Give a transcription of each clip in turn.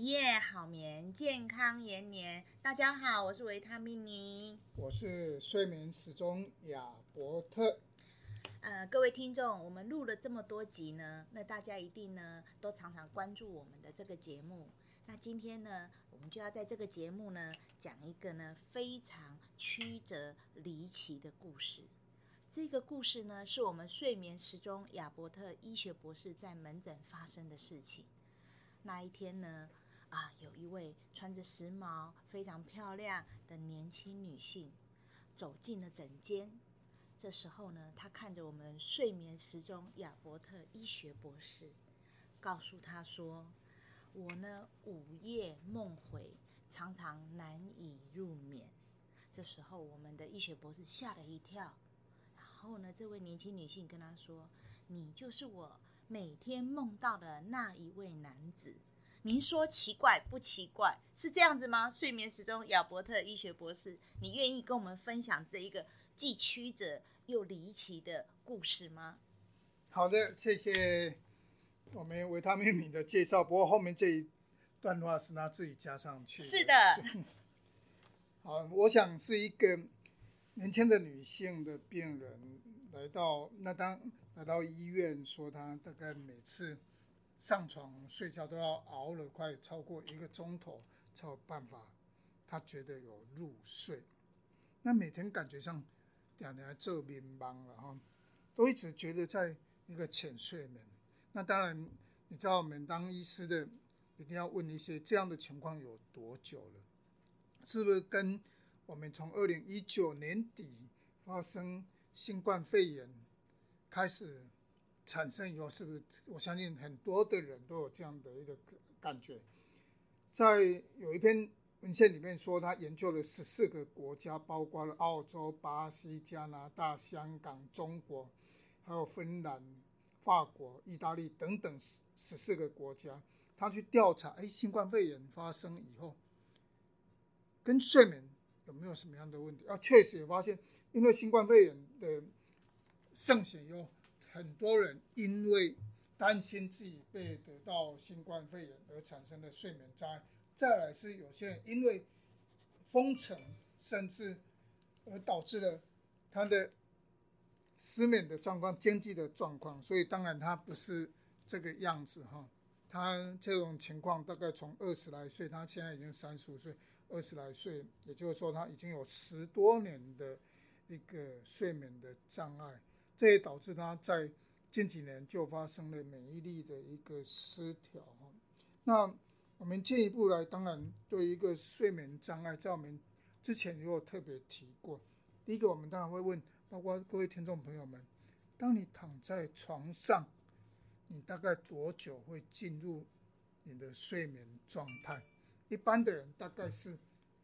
一夜好眠，健康延年。大家好，我是维他命尼， 我是睡眠时钟亚伯特。 各位听众，我们录了这么多集呢，那大家一定呢都常常关注我们的这个节目。那今天呢，我们就要在这个节目呢讲一个呢非常曲折离奇的故事。这个故事呢，是我们睡眠时钟亚伯特医学博士在门诊发生的事情。那一天呢，有一位穿着时髦、非常漂亮的年轻女性走进了诊间。这时候呢，她看着我们睡眠时钟亚伯特医学博士，告诉他说：“我呢午夜梦回，常常难以入眠。”这时候，我们的医学博士吓了一跳。然后呢，这位年轻女性跟他说：“你就是我每天梦到的那一位男子。您说奇怪不奇怪？是这样子吗？”睡眠时钟亚伯特医学博士，你愿意跟我们分享这一个既曲折又离奇的故事吗？ 好的，谢谢我们维他命米的介绍。不过后面这一段话是他自己加上去的。 是的。 好，我想是一个年轻的女性的病人来到医院，说她大概每次上床睡觉都要熬了快超过1个钟头才有办法，她觉得有入睡。那每天感觉上常常做迷茫了哈，都一直觉得在一个浅睡眠。那当然，你知道我们当医师的一定要问一些这样的情况有多久了？是不是跟我们从2019年底发生新冠肺炎开始产生以后，是不是？我相信很多的人都有这样的一个感觉。在有一篇文献里面说，他研究了14个国家，包括了澳洲、巴西、加拿大、香港、中国，还有芬兰、法国、意大利等等14个国家，他去调查，新冠肺炎发生以后，跟睡眠有没有什么样的问题？确实也发现，因为新冠肺炎的盛行以后，很多人因为担心自己被得到新冠肺炎而产生的睡眠障碍。再来是有些人因为封城，甚至而导致了他的失眠的状况、经济的状况，所以当然他不是这个样子哈。他这种情况大概从20来岁，他现在已经35岁，20来岁，也就是说他已经有10多年的一个睡眠的障碍，这也导致他在近几年就发生了免疫力的一个失调。那我们进一步来，当然对一个睡眠障碍，在我们之前也有特别提过。第一个，我们当然会问，包括各位听众朋友们，当你躺在床上，你大概多久会进入你的睡眠状态？一般的人大概是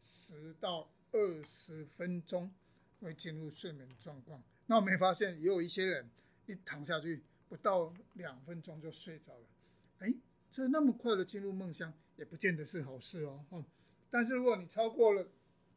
10到20分钟会进入睡眠状况。那我们发现也有一些人一躺下去不到2分钟就睡着了。这那么快的进入梦乡也不见得是好事哦。但是如果你超过了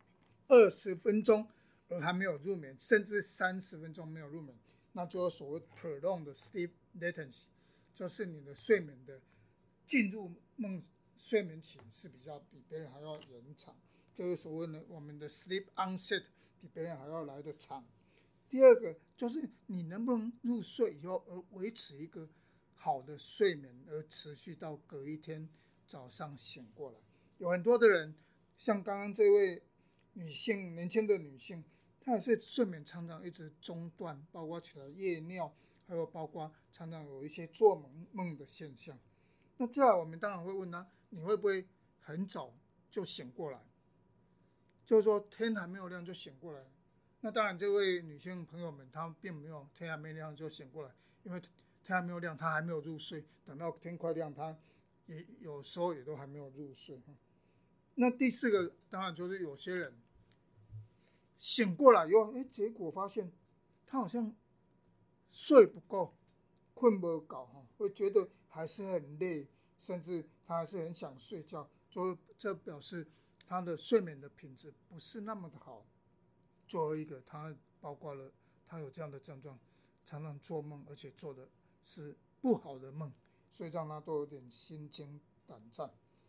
20分钟而还没有入眠，甚至30分钟没有入眠，那就有所谓 prolonged sleep latency， 就是你的睡眠的进入睡眠期是比别人还要延长，就是所谓的我们的 sleep onset 比别人还要来得长。第二个就是你能不能入睡以后而维持一个好的睡眠，而持续到隔一天早上醒过来。有很多的人，像刚刚这位年轻的女性，她也是睡眠常常一直中断，包括起来夜尿，还有包括常常有一些做梦的现象。那再来，我们当然会问她，你会不会很早就醒过来？就是说天还没有亮就醒过来。那当然，这位女性朋友们，她并没有天还没亮就醒过来，因为天还没有亮，她还没有入睡，等到天快亮，她也有时候也都还没有入睡。那第四个，当然就是有些人醒过来以后，结果发现他好像睡不够，困不够，会觉得还是很累，甚至他还是很想睡觉，就这表示他的睡眠的品质不是那么的好。最后一个，他包括了他有这样的症状，常常做梦，而且做的是不好的梦，所以让他都有点心惊胆战。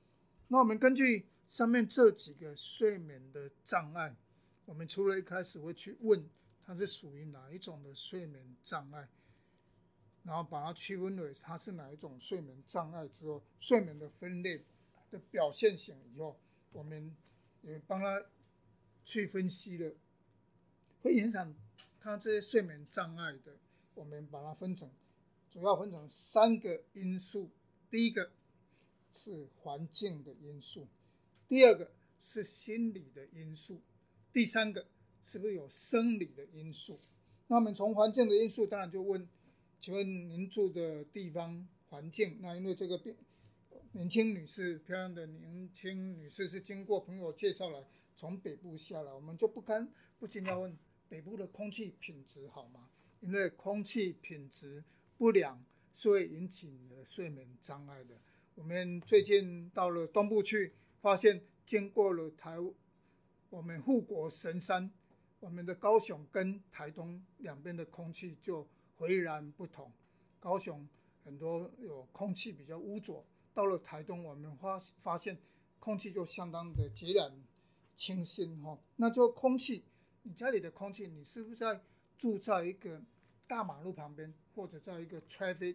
那我们根据上面这几个睡眠的障碍，我们除了一开始会去问它是属于哪一种的睡眠障碍，然后把它区分为它是哪一种睡眠障碍之后，睡眠的分类的表现型以后，我们也帮他去分析了会影响他这些睡眠障碍的，我们把它主要分成3个因素。第一个是环境的因素，第二个是心理的因素，第3个是不是有生理的因素。那我们从环境的因素当然就问，请问您住的地方环境，那因为这个年轻女士，漂亮的年轻女士是经过朋友介绍来从北部下来，我们就不禁要问，北部的空气品质好吗？因为空气品质不良是会引起你的睡眠障碍的。我们最近到了东部去，发现经过了我们护国神山，我们的高雄跟台东两边的空气就迥然不同。高雄很多有空气比较污浊，到了台东我们发现空气就相当的截然清新。那就空气，你家里的空气，你是不是住在一个大马路旁边，或者在一个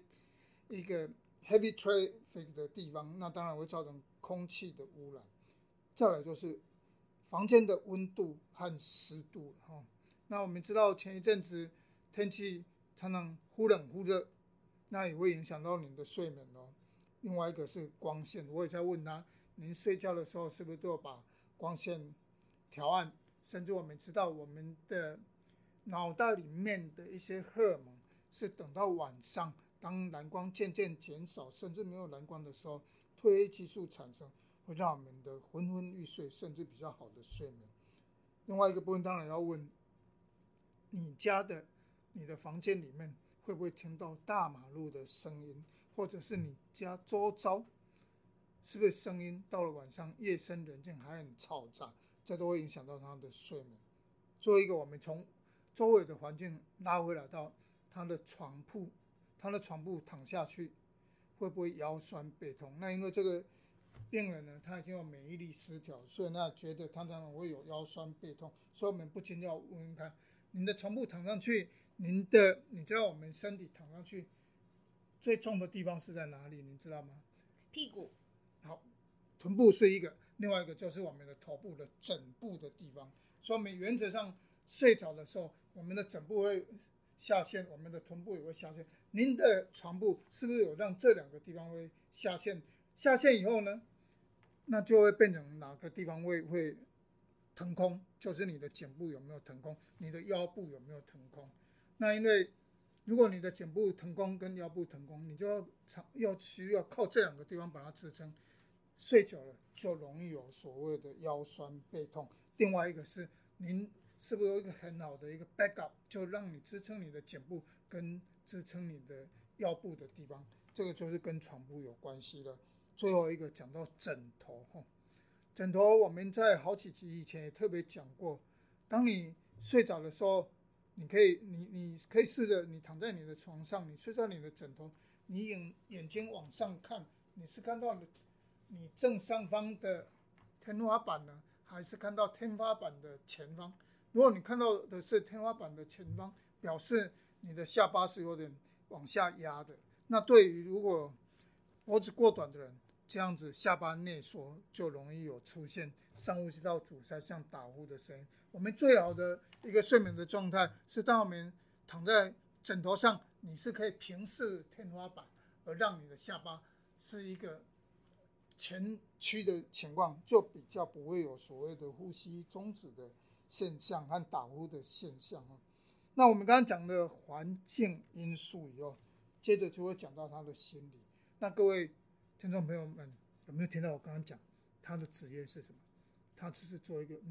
heavy traffic 的地方，那当然会造成空气的污染。再来就是房间的温度和湿度。那我们知道前一阵子天气常常忽冷忽热，那也会影响到你的睡眠。另外一个是光线，我也在问他，您睡觉的时候是不是都有把光线调暗？甚至我们知道我们的脑袋里面的一些荷尔蒙是等到晚上，当蓝光渐渐减少，甚至没有蓝光的时候，褪黑激素产生，会让我们的昏昏欲睡，甚至比较好的睡眠。另外一个部分当然要问，你的房间里面会不会听到大马路的声音，或者是你家周遭是不是声音到了晚上夜深人静还很嘈杂，这都会影响到他的睡眠。最后一个，我们从周围的环境拉回来到他的床铺躺下去会不会腰酸背痛？那因为这个病人呢，他已经有免疫力失调，所以那觉得他当然会有腰酸背痛，所以我们不禁要问问看，您的床铺躺上去，你知道我们身体躺上去最重的地方是在哪里？你知道吗？ 屁股。 好，臀部是一个，另外一个就是我们的头部的枕部的地方。所以我们原则上睡着的时候，我们的枕部会下陷，我们的臀部也会下陷。您的床部是不是有让这2个地方会下陷？下陷以后呢，那就会变成哪个地方会腾空，就是你的颈部有没有腾空，你的腰部有没有腾空。那因为如果你的颈部腾空跟腰部腾空，你就需要靠这2个地方把它支撑，睡久了就容易有所谓的腰酸背痛。另外一个是您是不是有一个很好的一个 backup， 就让你支撑你的颈部跟支撑你的腰部的地方，这个就是跟床铺有关系了。最后一个讲到枕头，枕头我们在好几集以前也特别讲过，当你睡着的时候，你可以试着你躺在你的床上，你睡在你的枕头，你眼睛往上看，你是看到你正上方的天花板呢，还是看到天花板的前方？如果你看到的是天花板的前方，表示你的下巴是有点往下压的。那对于如果脖子过短的人，这样子下巴内缩就容易有出现上呼吸道阻塞像打呼的声音。我们最好的一个睡眠的状态是当我们躺在枕头上，你是可以平视天花板，而让你的下巴是一个前屈的情况，就比较不会有所谓的呼吸中止的现象和打呼的现象。那我们刚刚讲的环境因素以后，接着就会讲到他的心理。那各位听众朋友们有没有听到我刚刚讲他的职业是什么？他只是做一个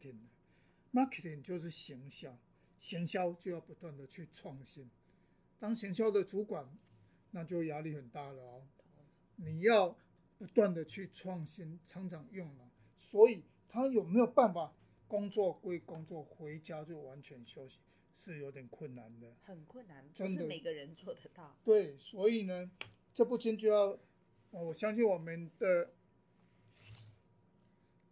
marketing 就是行销，行销就要不断的去创新。当行销的主管，那就压力很大了你要不断的去创新，常常用脑，所以他有没有办法工作归工作，回家就完全休息，是有点困难的， 很困难，不是每个人做得到。 对，所以呢，这不禁就要，我相信我们的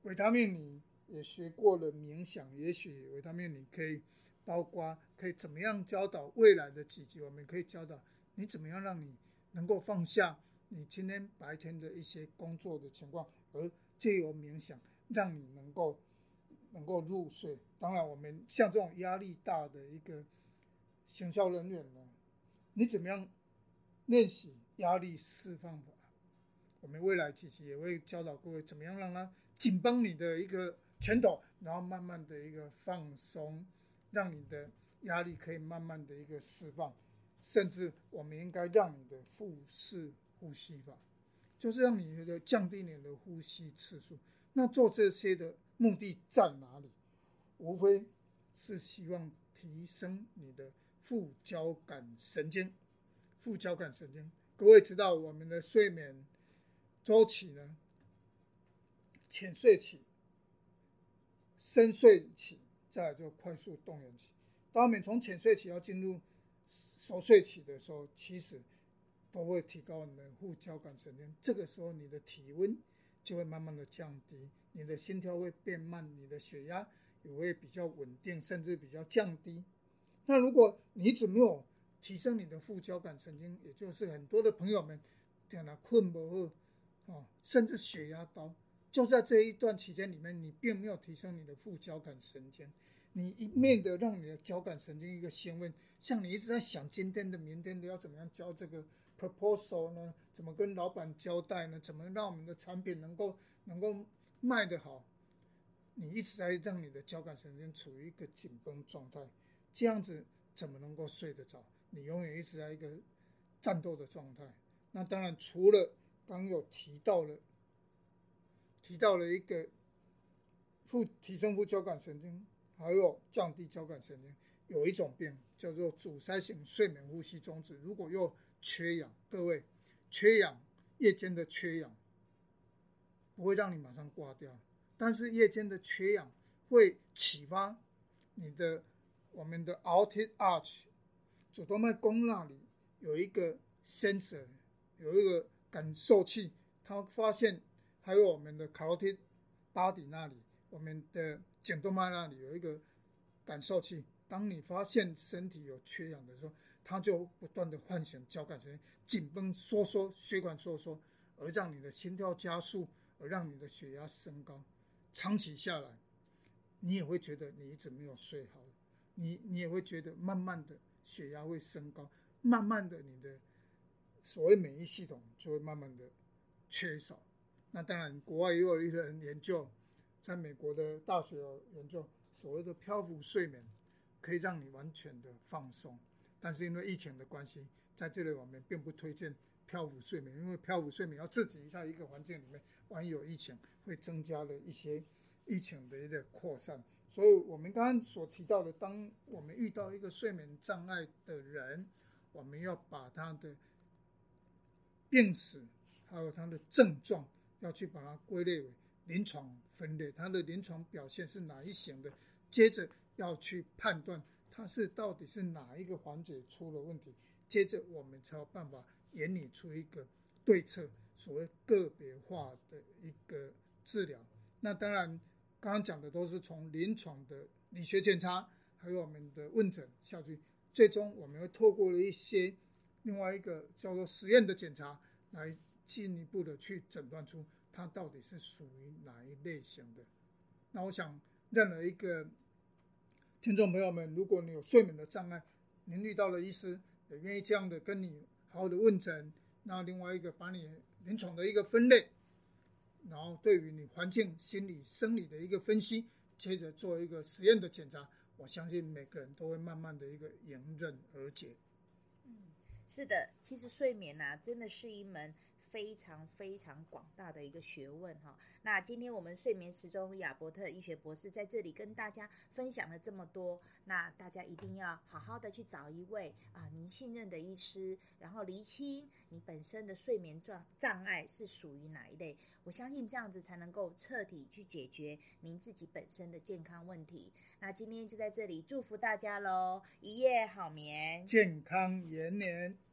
维他命你也学过了冥想，也许维他命你可以包括可以怎么样教导未来的几集，我们可以教导你怎么样让你能够放下你今天白天的一些工作的情况，而借由冥想让你能够入睡。当然我们像这种压力大的一个行销人员呢，你怎么样练习压力释放法？我们未来几期也会教导各位怎么样让它紧绷你的一个拳头，然后慢慢的一个放松，让你的压力可以慢慢的一个释放。甚至我们应该让你的腹式呼吸法，就是让你的降低你的呼吸次数。那做这些的目的在哪里？无非是希望提升你的副交感神经。副交感神经，各位知道我们的睡眠周期呢，浅睡期、深睡期，再来就快速动员期。当我们从浅睡期要进入熟睡期的时候，其实都会提高你的副交感神经。这个时候你的体温就会慢慢的降低，你的心跳会变慢，你的血压也会比较稳定，甚至比较降低。那如果你一直没有提升你的副交感神经，也就是很多的朋友们点了困不好，甚至血压高，就在这一段期间里面，你并没有提升你的副交感神经，你一面的让你的交感神经一个兴奋，像你一直在想今天的、明天的要怎么样交这个 proposal 呢？怎么跟老板交代呢？怎么让我们的产品能够卖得好？你一直在让你的交感神经处于一个紧绷状态，这样子怎么能够睡得着？你永远一直在一个战斗的状态。那当然，除了刚有提到了一个提升副交感神经，还有降低交感神经。有一种病叫做阻塞性睡眠呼吸中止，如果又缺氧，各位，缺氧，夜间的缺氧不会让你马上挂掉，但是夜间的缺氧会启发我们的 aortic arch 主动脉弓那里有一个 sensor， 有一个感受器，它发现还有我们的 carotid body 那里，我们的颈动脉那里有一个感受器。当你发现身体有缺氧的时候，它就不断的唤醒交感神经，紧绷收缩，血管收缩，而让你的心跳加速，而让你的血压升高。长期下来，你也会觉得你一直没有睡好，你也会觉得慢慢的血压会升高，慢慢的你的所谓免疫系统就会慢慢的缺少。那当然国外也有一个人研究，在美国的大学有研究所谓的漂浮睡眠，可以让你完全的放松。但是因为疫情的关系，在这里我们并不推荐漂浮睡眠，因为漂浮睡眠要自己在一个环境里面，万一有疫情会增加了一些疫情的一个扩散。所以我们刚刚所提到的，当我们遇到一个睡眠障碍的人，我们要把他的病史还有他的症状要去把它归类为临床分类，他的临床表现是哪一型的，接着要去判断他是到底是哪一个环节出了问题，接着我们才有办法研拟出一个对策，所谓个别化的一个治疗。那当然刚刚讲的都是从临床的理学检查还有我们的问诊下去，最终我们会透过了一些另外一个叫做实验的检查，来进一步的去诊断出它到底是属于哪一类型的。那我想任何一个听众朋友们，如果你有睡眠的障碍，您遇到了医师也愿意这样的跟你好好的问诊，那另外一个把你临床的一个分类，然后对于你环境、心理、生理的一个分析，接着做一个实验的检查，我相信每个人都会慢慢的一个迎刃而解。 是的，其实睡眠啊，真的是一门非常非常广大的一个学问哈。那今天我们睡眠时钟亚伯特医学博士在这里跟大家分享了这么多，那大家一定要好好的去找一位您信任的医师，然后厘清你本身的睡眠障碍是属于哪一类。我相信这样子才能够彻底去解决您自己本身的健康问题。那今天就在这里祝福大家咯，一夜好眠， 健康延年。